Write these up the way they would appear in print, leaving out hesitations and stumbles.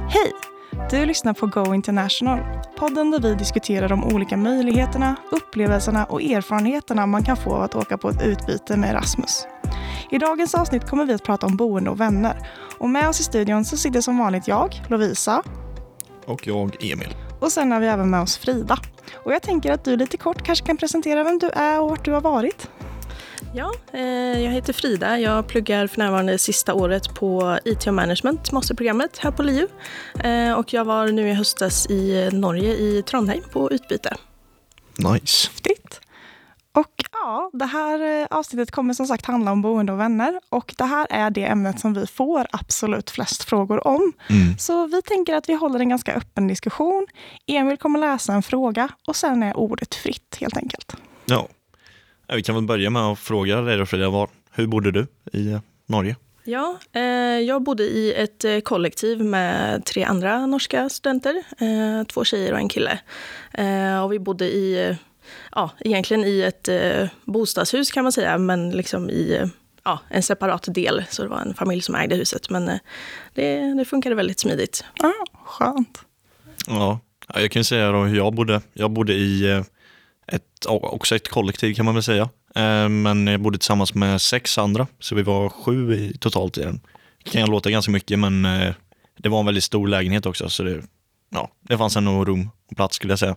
Hej! Du lyssnar på Go International, podden där vi diskuterar de olika möjligheterna, upplevelserna och erfarenheterna man kan få av att åka på ett utbyte med Erasmus. I dagens avsnitt kommer vi att prata om boende och vänner. Och med oss i studion så sitter som vanligt jag, Lovisa. Och jag, Emil. Och sen har vi även med oss Frida. Och jag tänker att du lite kort kanske kan presentera vem du är och vart du har varit. Ja, jag heter Frida. Jag pluggar för närvarande sista året på IT och Management, masterprogrammet här på LiU. Och jag var nu i höstas i Norge, i Trondheim, på utbyte. Nice. Fritt. Och ja, det här avsnittet kommer som sagt handla om boende och vänner. Och det här är det ämnet som vi får absolut flest frågor om. Så vi tänker att vi håller en ganska öppen diskussion. Emil kommer läsa en fråga och sen är ordet fritt helt enkelt. Ja, vi kan väl börja med att fråga dig då, Frida. Hur bodde du i Norge? Ja, jag bodde i ett kollektiv med 3 andra norska studenter. 2 tjejer och en kille. Och vi bodde egentligen i ett bostadshus kan man säga, men liksom i en separat del. Så det var en familj som ägde huset, men det funkade väldigt smidigt. Ja, skönt. Ja, jag kan säga då hur jag bodde. Jag bodde i också ett kollektiv kan man väl säga. Men jag bodde tillsammans med 6 andra, så vi var 7 i totalt i den. Det kan låta ganska mycket, men det var en väldigt stor lägenhet också, så det fanns ändå rum och plats skulle jag säga.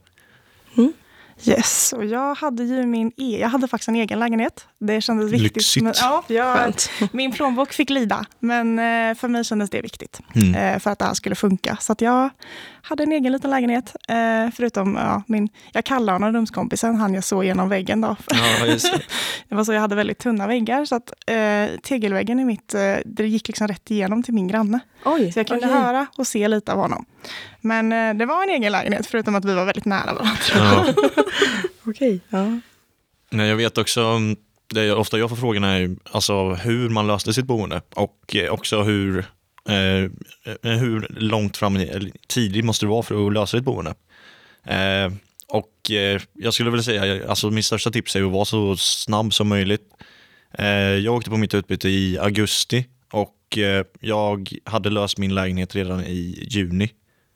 Yes, och jag hade faktiskt en egen lägenhet. Det kändes viktigt. Lyxigt. Min plånbok fick lida, men för mig kändes det viktigt för att det här skulle funka. Så att jag hade en egen liten lägenhet, förutom jag kallar honom rumskompisen, han jag såg genom väggen då. Ja, just det. Det var så jag hade väldigt tunna väggar, så att tegelväggen i mitt, det gick liksom rätt igenom till min granne. Oj, så jag kunde höra och se lite av honom. Men det var en egen lägenhet, förutom att vi var väldigt nära varandra. Ja. Okej, ja. Nej, jag vet också, det ofta jag får frågorna är alltså hur man löste sitt boende och också hur långt fram tidigt måste det vara för att lösa ett boende. Jag skulle vilja säga, alltså min största tips är att vara så snabb som möjligt. Jag åkte på mitt utbyte i augusti och jag hade löst min lägenhet redan i juni.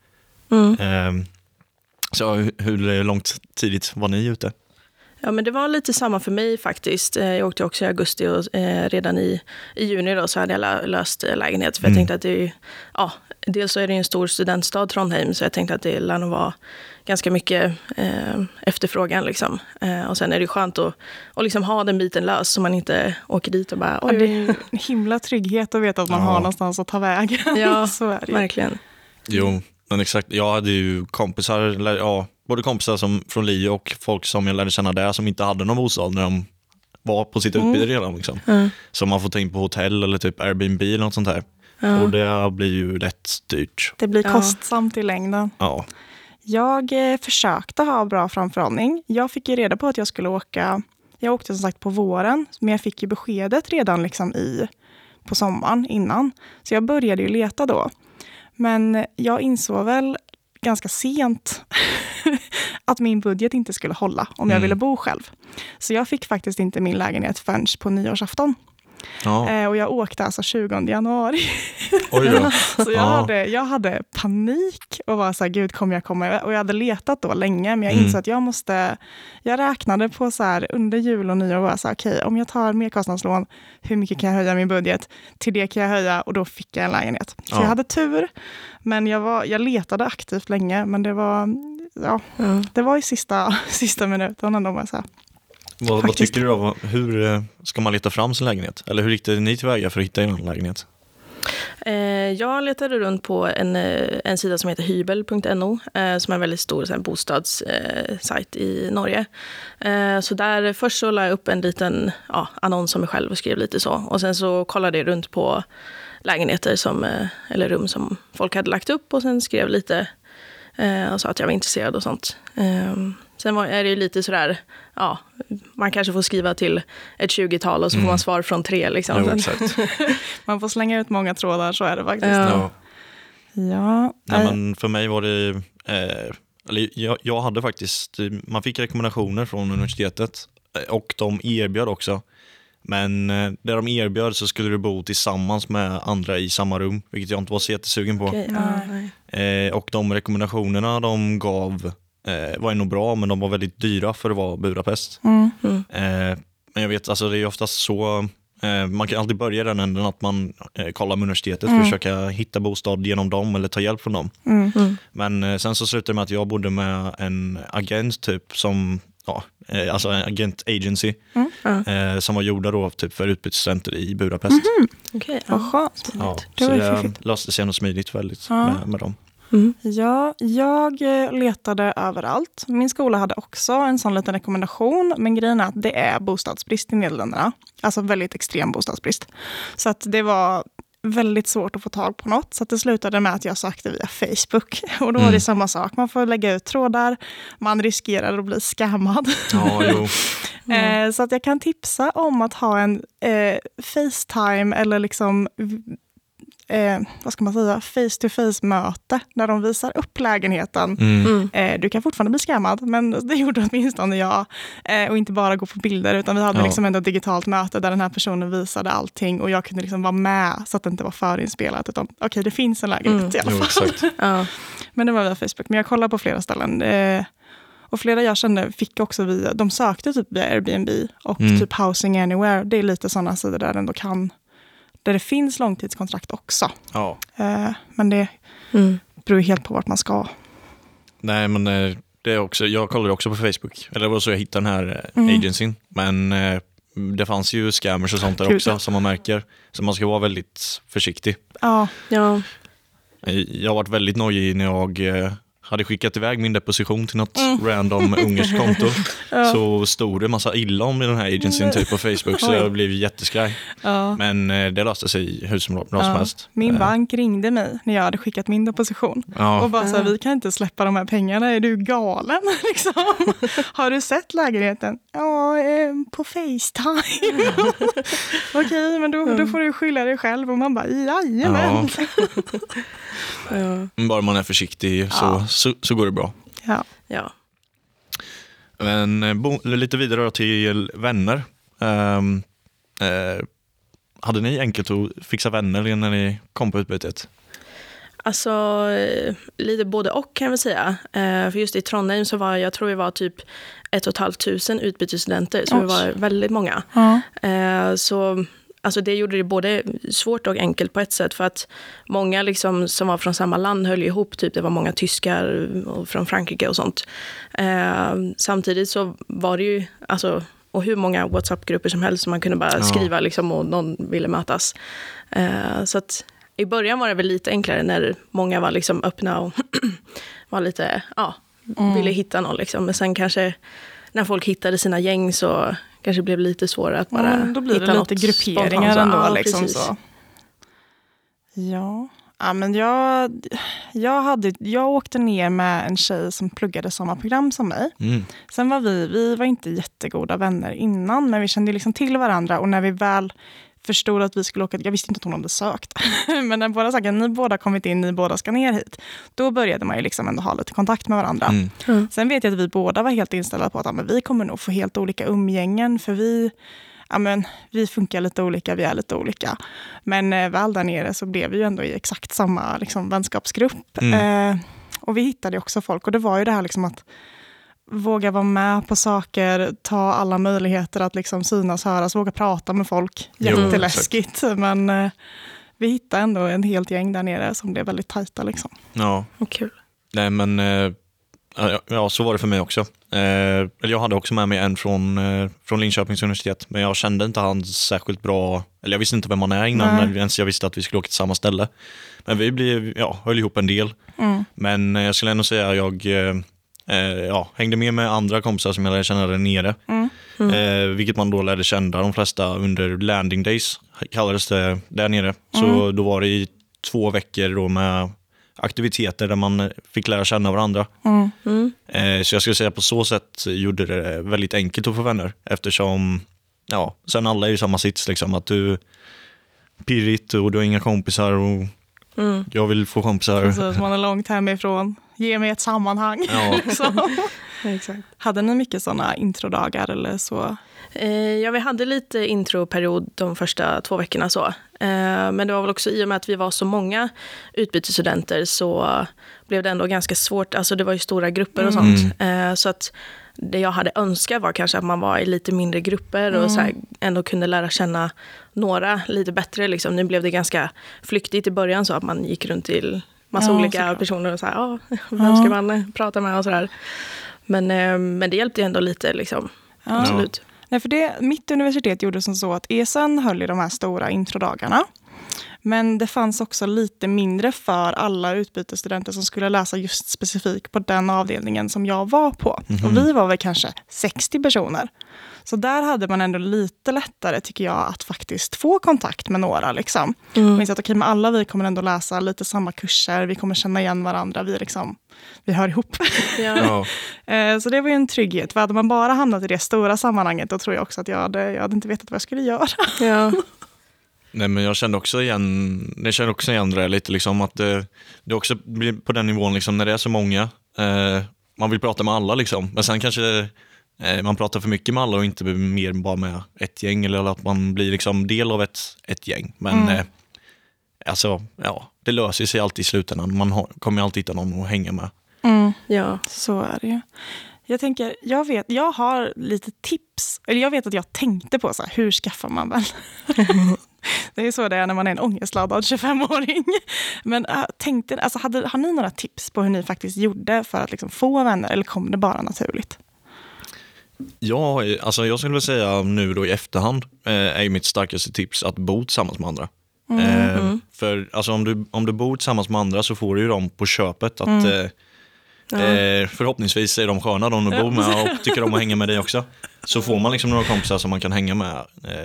Så hur långt tidigt var ni ute? Ja, men det var lite samma för mig faktiskt. Jag åkte också i augusti och redan i juni då så hade jag löst lägenhet. För jag tänkte att dels så är det en stor studentstad, Trondheim, så jag tänkte att det lär nog vara ganska mycket efterfrågan liksom. Och sen är det skönt att liksom ha den biten lös så man inte åker dit och bara... Det är en himla trygghet att veta att man har någonstans att ta vägen. Ja, så är det. Verkligen. Jo, men exakt. Jag hade ju kompisar, både kompisar som från LiU och folk som jag lärde känna där som inte hade någon bostad när de var på sitt utbyte redan. Liksom. Så man får ta in på hotell eller typ Airbnb eller något sånt här. Och det blir ju rätt dyrt. Det blir kostsamt i längden. Ja. Jag försökte ha bra framförhållning. Jag fick ju reda på att jag skulle åka. Jag åkte som sagt på våren, men jag fick ju beskedet redan liksom på sommaren innan. Så jag började ju leta då. Men jag insåg väl ganska sent att min budget inte skulle hålla om jag ville bo själv. Så jag fick faktiskt inte min lägenhet förrän på nyårsafton. Ja. Och jag åkte alltså 20 januari. Oj då. Så jag hade panik och var så här, gud kommer jag komma? Och jag hade letat då länge, men jag insåg att jag räknade på så här under jul och nyår och var så här, okej, om jag tar merkostnadslån, hur mycket kan jag höja min budget? Till det kan jag höja och då fick jag en lägenhet. Så jag hade tur, men jag letade aktivt länge, men det var i sista minuten ändå, jag säga. Vad tycker du då? Hur ska man leta fram sin lägenhet? Eller hur gick ni tillväga för att hitta en lägenhet? Jag letade runt på en sida som heter hybel.no som är en väldigt stor bostadssajt i Norge. Så där först så la jag upp en liten annons om mig själv och skrev lite så. Och sen så kollade jag runt på lägenheter eller rum som folk hade lagt upp och sen skrev lite och sa att jag var intresserad och sånt. Sen är det ju lite sådär, man kanske får skriva till ett 20-tal och så får man svar från 3 liksom. Ja, exakt. Man får slänga ut många trådar, så är det faktiskt. Ja. Nej, men för mig var det, jag hade faktiskt, man fick rekommendationer från universitetet och de erbjöd också Men det de erbjöd så skulle du bo tillsammans med andra i samma rum, vilket jag inte var så jättesugen på. Okej, nej. Och de rekommendationerna de gav var nog bra, men de var väldigt dyra för att vara Budapest. Men jag vet, alltså det är ju oftast så, man kan alltid börja den änden att man kollar med universitetet för att försöka hitta bostad genom dem eller ta hjälp från dem. Men sen så slutade det med att jag bodde med en agent typ som, alltså en agent agency som var gjorda då typ för utbytesstudenter i Budapest. Okej, Vad skönt. Ja, Det så var det fiffigt. löste sig ändå smidigt väldigt med dem. Ja, jag letade överallt. Min skola hade också en sån liten rekommendation, men grejen är att det är bostadsbrist i Nederländerna. Alltså väldigt extrem bostadsbrist. Så att det var väldigt svårt att få tag på något. Så att det slutade med att jag sökte via Facebook. Och då var det samma sak. Man får lägga ut trådar. Man riskerar att bli scammad. Ja, jo. Så att jag kan tipsa om att ha en FaceTime eller liksom vad ska man säga, face-to-face-möte när de visar upp lägenheten. Du kan fortfarande bli scammad, men det gjorde åtminstone jag. Och inte bara gå på bilder, utan vi hade liksom ändå ett digitalt möte där den här personen visade allting och jag kunde liksom vara med så att det inte var förinspelat, utan okej, det finns en lägenhet i alla fall. Men det var via Facebook, men jag kollade på flera ställen. Och flera jag kände fick också de sökte typ via Airbnb och typ Housing Anywhere. Det är lite sådana sidor där ändå där det finns långtidskontrakt också. Ja. Men det beror helt på vart man ska. Nej, men det är också, jag kollade också på Facebook. Eller det var så jag hittade den här agencyn. Men det fanns ju scammers och sånt där också som man märker. Så man ska vara väldigt försiktig. Ja. Jag har varit väldigt nojig när jag hade skickat iväg min deposition till något random ungerskt konto. Så stod det massa illa om den här agencyn typ på Facebook, så jag blev jätteskraj. Men det löste sig hur som helst. Min bank ringde mig när jag hade skickat min deposition. Och bara så här, vi kan inte släppa de här pengarna, är du galen? Liksom. Har du sett lägenheten? Ja, på FaceTime. Okej, men då får du skylla dig själv. Och man bara, jajamän. Bara man är försiktig så går det bra. Ja. Men lite vidare då till vänner. Hade ni enkelt att fixa vänner när ni kom på utbytet? Alltså lite både och kan vi säga. För just i Trondheim så jag tror vi var typ 1 500 utbytesstudenter. Så vi var väldigt många. Så alltså det gjorde det både svårt och enkelt på ett sätt, för att många liksom som var från samma land höll ihop, typ det var många tyskar och från Frankrike och sånt. Samtidigt så var det ju alltså, och hur många WhatsApp-grupper som helst som man kunde bara skriva liksom, och någon ville mötas. Så att i början var det väl lite enklare när många var liksom öppna och var lite ville hitta någon liksom. Men sen kanske när folk hittade sina gäng så kanske blev lite svårare att bara då blir det lite grupperingar ändå. Liksom så. Ja, men jag åkte ner med en tjej som pluggade samma program som mig. Sen var vi var inte jättegoda vänner innan, men vi kände liksom till varandra, och när vi väl förstod att vi skulle åka, jag visste inte att hon hade sökt, men när båda sa att ni båda kommit in, ni båda ska ner hit, då började man ju liksom ändå ha lite kontakt med varandra. Sen vet jag att vi båda var helt inställda på att vi kommer nog få helt olika umgängen, för vi funkar lite olika, vi är lite olika. Men väl där nere så blev vi ju ändå i exakt samma liksom, vänskapsgrupp. Och vi hittade också folk, och det var ju det här liksom att våga vara med på saker, ta alla möjligheter att liksom synas, höras, våga prata med folk. Jätteläskigt, men vi hittade ändå en helt gäng där nere som blev väldigt tajta liksom. Ja. Kul. Nej, men så var det för mig också. Jag hade också med mig en från Linköpings universitet, men jag kände inte han särskilt bra, eller jag visste inte vem man är innan ens jag visste att vi skulle åka till samma ställe. Men vi höll ihop en del. Men jag skulle ändå säga att jag hängde med andra kompisar som jag lärde känna där nere. Vilket man då lärde känna de flesta under landing days, kallades det där nere. Så då var det i 2 veckor då med aktiviteter där man fick lära känna varandra. Så jag skulle säga på så sätt gjorde det väldigt enkelt att få vänner, eftersom sen alla är ju samma sits liksom, att du pirrigt och du har inga kompisar och jag vill få kompisar. Så man är långt hemifrån. Ge mig ett sammanhang. Exakt. Hade ni mycket sådana introdagar eller så? Ja, vi hade lite introperiod de första 2 veckorna så. Men det var väl också i och med att vi var så många utbytesstudenter så blev det ändå ganska svårt. Alltså det var ju stora grupper och sånt. Så att det jag hade önskat var kanske att man var i lite mindre grupper och så här ändå kunde lära känna några lite bättre. Liksom. Nu blev det ganska flyktigt i början så att man gick runt till massa olika personer och så här, vem ska man prata med och sådär. Men det hjälpte ju ändå lite liksom. Absolut. Nej, för mitt universitet gjorde som så att ESN höll i de här stora introdagarna. Men det fanns också lite mindre för alla utbytesstudenter som skulle läsa just specifikt på den avdelningen som jag var på. Och vi var väl kanske 60 personer. Så där hade man ändå lite lättare, tycker jag, att faktiskt få kontakt med några. Liksom. Men så att okej, med alla vi kommer ändå läsa lite samma kurser, vi kommer känna igen varandra, vi hör ihop. Ja. Så det var ju en trygghet. För hade man bara hamnat i det stora sammanhanget, då tror jag också att jag hade inte vetat vad jag skulle göra. Ja. Nej, men jag kände också igen det lite liksom att det också blir på den nivån liksom när det är så många. Man vill prata med alla liksom, men sen kanske man pratar för mycket med alla och inte mer bara med ett gäng eller att man blir liksom del av ett gäng. Men alltså, ja, det löser sig alltid i slutändan. Man kommer alltid hitta någon att hänga med. Ja, så är det ju. Jag tänker, jag har lite tips. Eller jag vet att jag tänkte på så här, hur skaffar man väl? Det är så det är när man är en ångestladdad 25-åring. Men har ni några tips på hur ni faktiskt gjorde för att liksom få vänner? Eller kom det bara naturligt? Ja, alltså jag skulle vilja säga nu då i efterhand är ju mitt starkaste tips att bo tillsammans med andra. För alltså, om du bor tillsammans med andra så får du ju dem på köpet att förhoppningsvis är de sköna de du bor med och tycker om att hänga med dig också. Så får man liksom några kompisar som man kan hänga med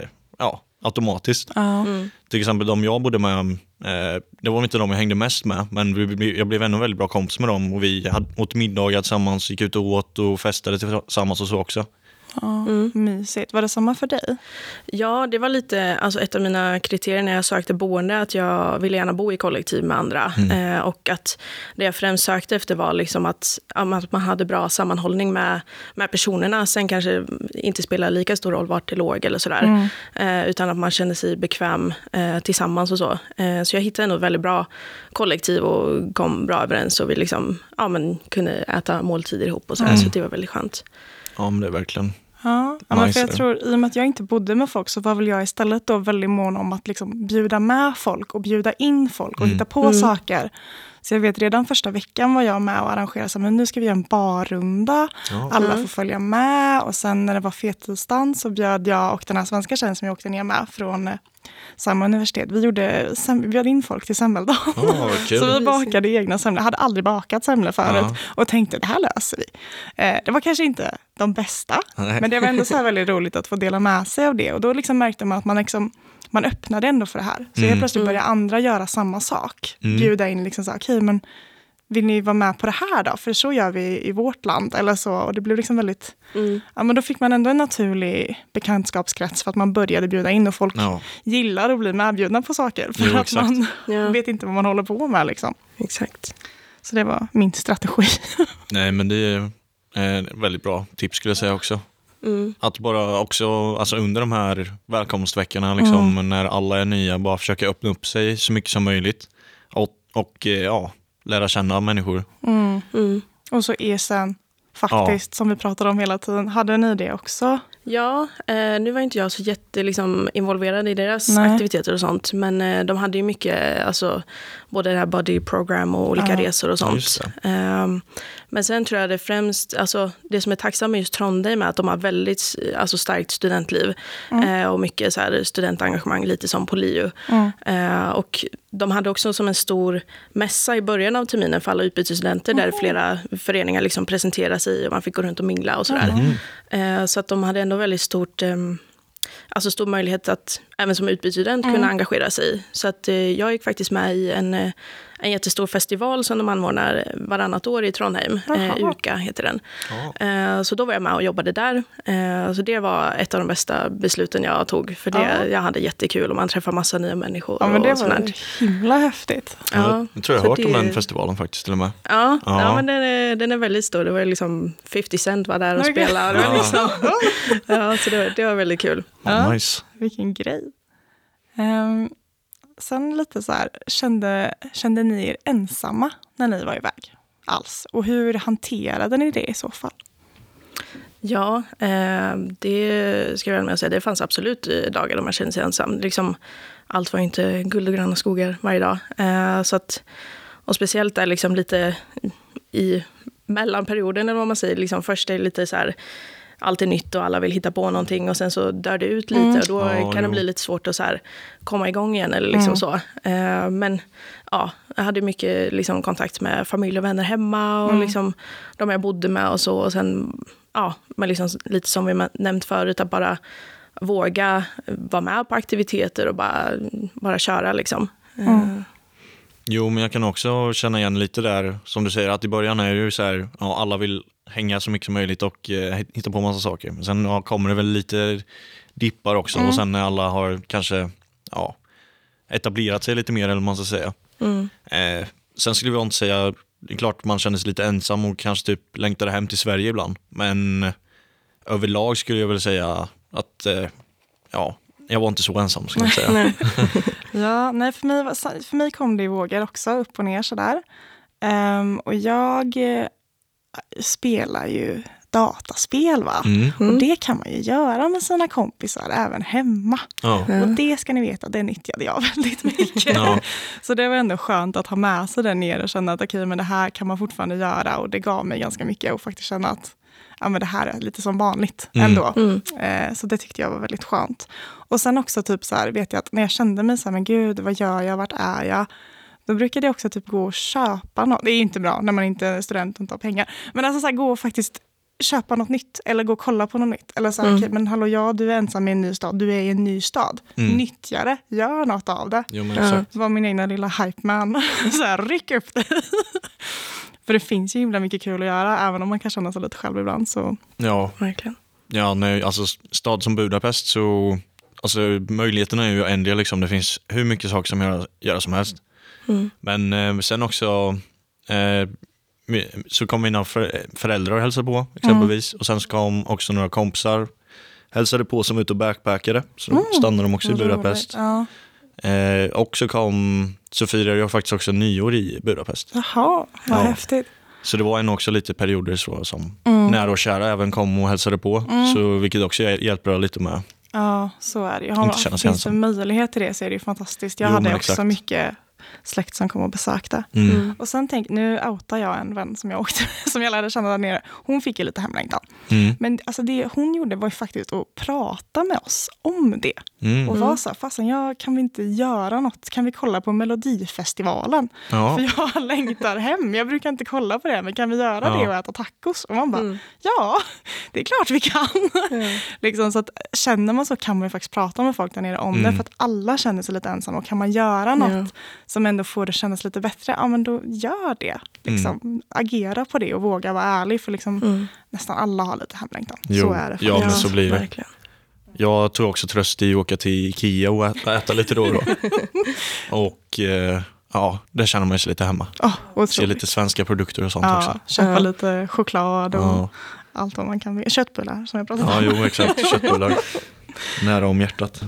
automatiskt. Till exempel de jag bodde med, det var inte de jag hängde mest med, men jag blev ändå väldigt bra kompis med dem och vi åt middagar tillsammans, gick ut och åt och festade tillsammans och så också. Ja, mysigt. Var det samma för dig? Ja, det var lite, alltså ett av mina kriterier när jag sökte boende att jag ville gärna bo i kollektiv med andra. Och att det jag främst sökte efter var liksom att man hade bra sammanhållning med personerna. Sen kanske inte spelar lika stor roll vart det låg eller sådär. Utan att man kände sig bekväm tillsammans och så. Så jag hittade nog väldigt bra kollektiv och kom bra överens och vi liksom, kunde äta måltider ihop och sådär. Så det var väldigt skönt. Ja, men det är verkligen Ja, men för jag tror, i och med att jag inte bodde med folk så var väl jag istället då väldigt mån om att liksom bjuda med folk och bjuda in folk och hitta på saker. Så jag vet redan första veckan var jag med och arrangerade så men nu ska vi göra en barrunda. Alla får följa med och sen när det var fettisdagen så bjöd jag och den här svenska tjejen som jag åkte ner med från samma universitet. Vi bjöd in folk till semmeldagen. Så vi bakade egna semlor. Jag hade aldrig bakat semlor förut och tänkte det här löser vi. Det var kanske inte de bästa, men det var ändå så här väldigt roligt att få dela med sig av det. Och då liksom märkte man att man öppnade ändå för det här. Så helt plötsligt började andra göra samma sak. Bjuda in liksom så okej, men vill ni vara med på det här då? För så gör vi i vårt land eller så. Och det blev liksom väldigt, ja men då fick man ändå en naturlig bekantskapskrets för att man började bjuda in och folk gillar att bli medbjudna på saker. För att man vet inte vad man håller på med liksom. Exakt. Så det var min strategi. Nej, men det är väldigt bra tips skulle jag säga också. Att bara också alltså under de här välkomstveckorna liksom, när alla är nya, bara försöka öppna upp sig så mycket som möjligt och lära känna människor. Och så ESN faktiskt, som vi pratade om hela tiden. Hade ni det också? Ja, nu var inte jag så involverad i deras aktiviteter och sånt. Men de hade ju mycket, alltså både det här body program och olika resor och sånt. Men sen tror jag det främst, alltså det som är tacksam med just Trondheim är att de har väldigt starkt studentliv. Och mycket så här studentengagemang, lite som på LiU. Och de hade också som en stor mässa i början av terminen för alla utbytesstudenter där flera föreningar liksom presenterar sig och man fick gå runt och mingla och sådär. Så att de hade ändå väldigt stor möjlighet att även som utbytesstudent kunna engagera sig. Så att jag gick faktiskt med i en jättestor festival som de anordnar varannat år i Trondheim. UKA heter den. Så då var jag med och jobbade där. Så det var ett av de bästa besluten jag tog. För jag hade jättekul och man träffar massa nya människor. Ja, men det var himla häftigt. Ja, jag tror jag har hört om den festivalen faktiskt till och med. Ja, men den är väldigt stor. Det var liksom 50 Cent var där och spelade. Det var liksom, så det var väldigt kul. Nice. Vilken grej. Sen lite så här, kände ni er ensamma när ni var iväg alls? Och hur hanterade ni det i så fall? Ja, det ska jag väl säga. Det fanns absolut dagar då man kände sig ensam. Liksom, allt var inte guld och gröna skogar varje dag. Så att, och speciellt där liksom lite i mellanperioden, eller vad man säger. Liksom, först är det lite så här, allt är nytt och alla vill hitta på någonting och sen så dör det ut lite och då kan det bli lite svårt att så här komma igång igen eller liksom så. Men ja, jag hade mycket liksom kontakt med familj och vänner hemma och liksom de jag bodde med och så, och sen men liksom lite som vi nämnt förut, att bara våga vara med på aktiviteter och bara köra liksom. Jo, men jag kan också känna igen lite där, som du säger, att i början är det ju så här, alla vill hänga så mycket som möjligt och hitta på massa saker. Men sen kommer det väl lite dippar också och sen när alla har kanske etablerat sig lite mer, eller vad man ska säga. Sen skulle jag inte säga, det är klart man känner sig lite ensam och kanske typ längtade hem till Sverige ibland. Men överlag skulle jag väl säga att jag var inte så ensam, skulle jag säga. Nej, för mig kom det i vågor också, upp och ner sådär. Och jag spelar ju dataspel, va? Och det kan man ju göra med sina kompisar även hemma. Och det ska ni veta, det nyttjade jag väldigt mycket. Så det var ändå skönt att ha med sig det ner och känna att okej, men det här kan man fortfarande göra, och det gav mig ganska mycket och faktiskt känna att men det här är lite som vanligt ändå. Så det tyckte jag var väldigt skönt. Och sen också typ så här, vet jag att när jag kände mig så här, men gud, vad gör jag, vart är jag? Då brukade jag också typ gå och köpa något. Det är inte bra när man inte är student och inte har pengar. Men alltså så här, gå och faktiskt köpa något nytt. Eller gå och kolla på något nytt. Eller så här, okej, men hallå, du är ensam i en ny stad. Du är i en ny stad. Nyttja det. Gör något av det. Jo, men exakt. Var min egna lilla hype man. Så här, ryck upp det. För det finns ju himla mycket kul att göra. Även om man kan känna sig lite själv ibland. Så. Ja, verkligen. Ja, nej, alltså stad som Budapest, så alltså möjligheterna är ju ändliga liksom. Det finns hur mycket saker som göra som helst. Men sen också så kom mina föräldrar och hälsade på exempelvis. Och sen så kom också några kompisar hälsade på som ute och backpackade. Så stannade de också i Budapest. Och så så firade jag faktiskt också nyår i Budapest. Jaha, vad häftigt. Så det var en också lite perioder så som nära och kära även kom och hälsade på. Så vilket också hjälper lite med. Ja, så är det. Finns det möjlighet till det så är det ju fantastiskt. Jag hade också mycket släkt som kom och besökte. Och sen nu outar jag en vän som jag lärde känna där nere. Hon fick ju lite hemlängtan. Men alltså det hon gjorde var ju faktiskt att prata med oss om det. Och var så här, fasen, kan vi inte göra något? Kan vi kolla på Melodifestivalen? För jag längtar hem. Jag brukar inte kolla på det, men kan vi göra det och äta tacos? Och man bara, det är klart vi kan. Liksom, så att känner man så kan man ju faktiskt prata med folk där nere om det. För att alla känner sig lite ensamma. Och kan man göra något som ändå får det kännas lite bättre, ja men då gör det. Liksom, agera på det och våga vara ärlig, för liksom, nästan alla har lite hemlängtan. Så är det. Ja, men så blir det. Verkligen. Jag tog också tröst i att åka till Ikea och äta lite då och då. Och där känner man sig lite hemma. Se lite svenska produkter och sånt också. Köpa lite choklad och allt vad man kan. Köttbullar som jag pratade om. Ja, jo, exakt. Köttbullar. Nära om hjärtat.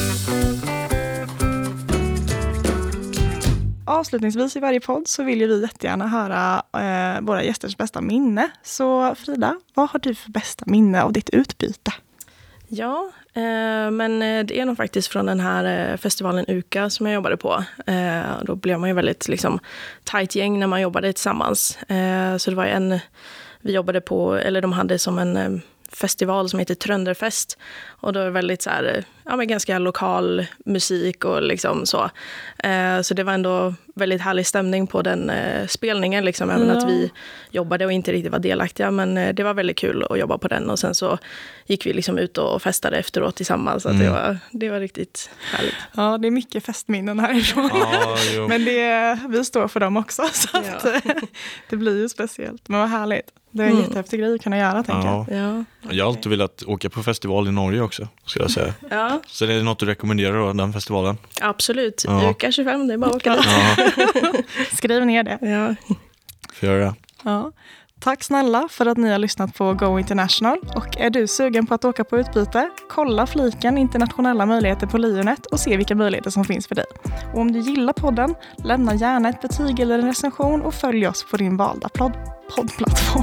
Avslutningsvis i varje podd så vill ju vi jättegärna höra våra gästers bästa minne. Så Frida, vad har du för bästa minne av ditt utbyte? Ja, men det är nog faktiskt från den här festivalen UKA som jag jobbade på. Då blev man ju väldigt liksom tajt gäng när man jobbade tillsammans. Så det var vi jobbade på, eller de hade som en festival som heter Trönderfest. Och då är det väldigt så här, men ganska lokal musik och liksom så. Så det var ändå väldigt härlig stämning på den spelningen. Liksom, även att vi jobbade och inte riktigt var delaktiga. Men det var väldigt kul att jobba på den. Och sen så gick vi liksom ut och festade efteråt tillsammans. Så att det var riktigt härligt. Ja, det är mycket festminnen härifrån. Men vi står för dem också. Så att, det blir ju speciellt. Men vad härligt. Det är en jättehäftig grej att kunna göra, tänker jag. Ja. Jag har alltid velat åka på festival i Norge också, ska jag säga. Ja. Så det är något du rekommenderar då, den festivalen? Absolut. Uka 25, det är bara att åka dit. Skriv ner det. Ja. Får göra det. Ja. Tack snälla för att ni har lyssnat på Go International. Och är du sugen på att åka på utbyte? Kolla fliken internationella möjligheter på Lionet och se vilka möjligheter som finns för dig. Och om du gillar podden, lämna gärna ett betyg eller en recension och följ oss på din valda poddplattform.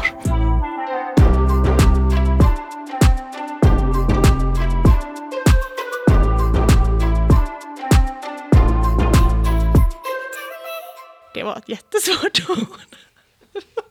Det var ett jättesvårt ord.